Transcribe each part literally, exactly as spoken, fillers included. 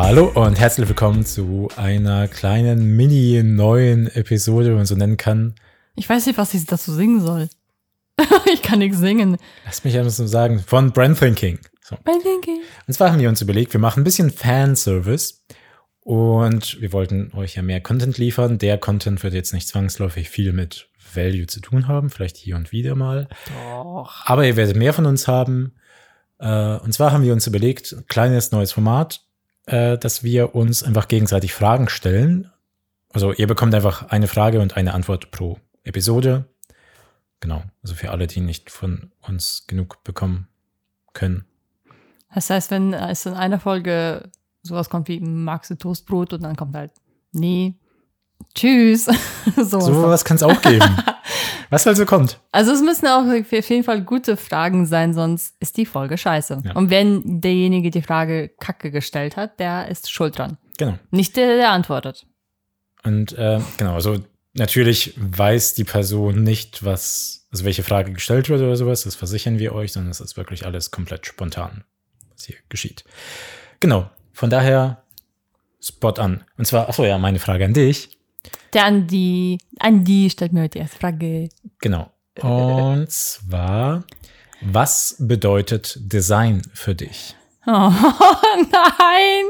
Hallo und herzlich willkommen zu einer kleinen mini-neuen Episode, wenn man so nennen kann. Ich weiß nicht, was ich dazu singen soll. Ich kann nichts singen. Lass mich einfach so sagen, von Brand Thinking. So. Brand Thinking. Und zwar haben wir uns überlegt, wir machen ein bisschen Fanservice und wir wollten euch ja mehr Content liefern. Der Content wird jetzt nicht zwangsläufig viel mit Value zu tun haben, vielleicht hier und wieder mal. Doch. Aber ihr werdet mehr von uns haben. Und zwar haben wir uns überlegt, ein kleines neues Format, dass wir uns einfach gegenseitig Fragen stellen. Also ihr bekommt einfach eine Frage und eine Antwort pro Episode. Genau, also für alle, die nicht von uns genug bekommen können. Das heißt, wenn es in einer Folge sowas kommt wie, magst du Toastbrot? Und dann kommt halt, nee, tschüss. so so was kann es auch geben. Was also kommt. Also es müssen auch auf jeden Fall gute Fragen sein, sonst ist die Folge scheiße. Ja. Und wenn derjenige die Frage kacke gestellt hat, der ist schuld dran. Genau. Nicht der, der antwortet. Und äh, genau, also natürlich weiß die Person nicht, was, also welche Frage gestellt wird oder sowas, das versichern wir euch, sondern es ist wirklich alles komplett spontan, was hier geschieht. Genau, von daher spot an. Und zwar, achso, ja, meine Frage an dich. Der Andi, Andi stellt mir heute die erste Frage. Genau. Und zwar, was bedeutet Design für dich? Oh nein!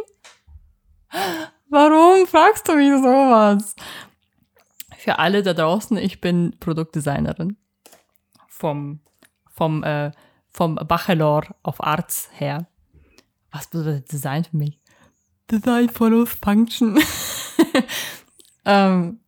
Warum fragst du mich sowas? Für alle da draußen, ich bin Produktdesignerin. Vom, vom, äh, vom Bachelor auf Arts her. Was bedeutet Design für mich? Design follows Function. ähm,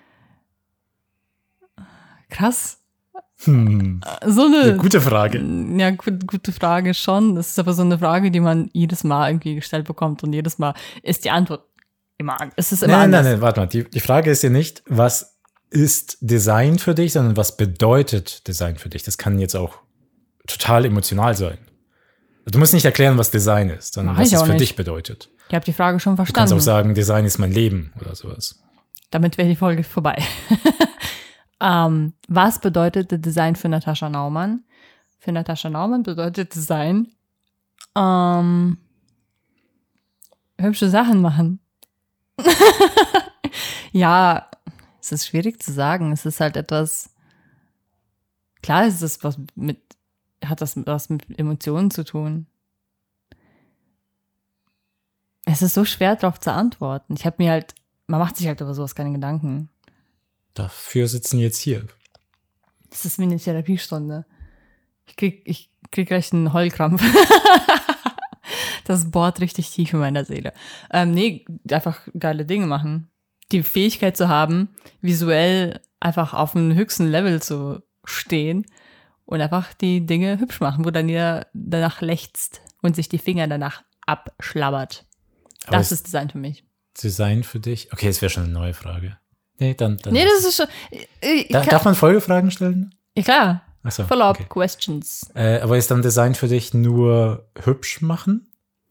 krass. Hm. So eine, eine gute Frage. Ja, gut, gute Frage schon. Das ist aber so eine Frage, die man jedes Mal irgendwie gestellt bekommt und jedes Mal ist die Antwort immer, es ist immer nein, anders. Nein, nein, warte mal. Die, die Frage ist ja nicht, was ist Design für dich, sondern was bedeutet Design für dich? Das kann jetzt auch total emotional sein. Du musst nicht erklären, was Design ist, sondern Mach was ich es auch für nicht. dich bedeutet. Ich habe die Frage schon Du kannst verstanden. auch sagen, Design ist mein Leben oder sowas. Damit wäre die Folge vorbei. ähm, was bedeutet Design für Natascha Naumann? Für Natascha Naumann bedeutet Design ähm, hübsche Sachen machen. Ja, es ist schwierig zu sagen. Es ist halt etwas, klar ist es was mit, hat das was mit Emotionen zu tun. Es ist so schwer, darauf zu antworten. Ich habe mir halt, man macht sich halt über sowas keine Gedanken. Dafür sitzen wir jetzt hier. Das ist wie eine Therapiestunde. Ich krieg, ich krieg gleich einen Heulkrampf. Das bohrt richtig tief in meiner Seele. Ähm, nee, einfach geile Dinge machen. Die Fähigkeit zu haben, visuell einfach auf dem höchsten Level zu stehen und einfach die Dinge hübsch machen, wo dann ihr danach lechzt und sich die Finger danach abschlabbert. Aber Das ist Design für mich. Design für dich? Okay, das wäre schon eine neue Frage. Nee, dann. dann Nee, das ist schon. Ich da, kann, darf man Folgefragen stellen? ja, klar. Ach so, Follow-up okay. questions. Äh, aber ist dann Design für dich nur hübsch machen?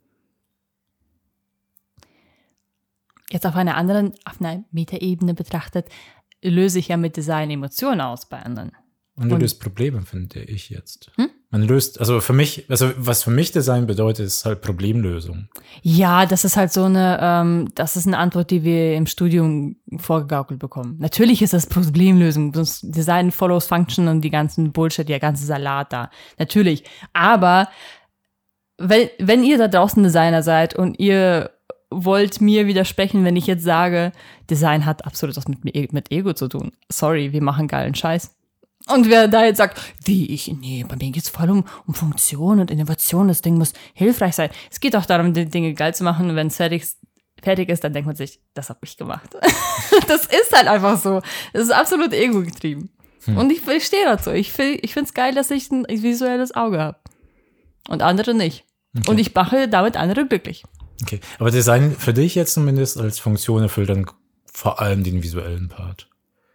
Jetzt auf einer anderen, auf einer Metaebene betrachtet, löse ich ja mit Design Emotionen aus bei anderen. Und du Und- löst Probleme, finde ich jetzt. Hm? Man löst, also für mich, also was für mich Design bedeutet, ist halt Problemlösung. Ja, das ist halt so eine, ähm, das ist eine Antwort, die wir im Studium vorgegaukelt bekommen. Natürlich ist das Problemlösung, sonst Design follows Function und die ganzen Bullshit, der ganze Salat da. Natürlich. Aber wenn, wenn ihr da draußen Designer seid und ihr wollt mir widersprechen, wenn ich jetzt sage, Design hat absolut was mit, mit Ego zu tun. Sorry, wir machen geilen Scheiß. Und wer da jetzt sagt, wie ich, nee, bei mir geht's voll um, um Funktion und Innovation, das Ding muss hilfreich sein. Es geht auch darum, die Dinge geil zu machen und wenn es fertig, fertig ist, dann denkt man sich, das hab ich gemacht. Das ist halt einfach so. Das ist absolut ego-getrieben. Hm. Und ich, ich stehe dazu. Ich, ich find's geil, dass ich ein visuelles Auge habe. Und andere nicht. Okay. Und ich mache damit andere glücklich. Okay, aber Design für dich jetzt zumindest als Funktion erfüllt dann vor allem den visuellen Part.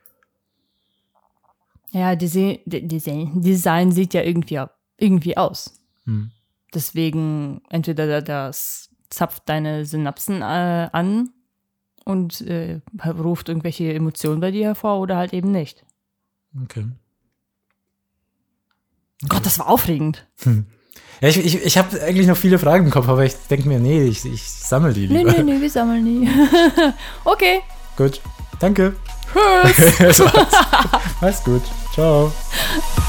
Ja, Design, Design sieht ja irgendwie, irgendwie aus. Hm. Deswegen entweder das zapft deine Synapsen äh, an und äh, ruft irgendwelche Emotionen bei dir hervor oder halt eben nicht. Okay. Gott, das war aufregend. Hm. Ja, ich ich, ich habe eigentlich noch viele Fragen im Kopf, aber ich denke mir, nee, ich, ich sammle die lieber. Nee, nee, nee, wir sammeln die. Okay. Gut, danke. Tschüss. Mach's gut. Ciao.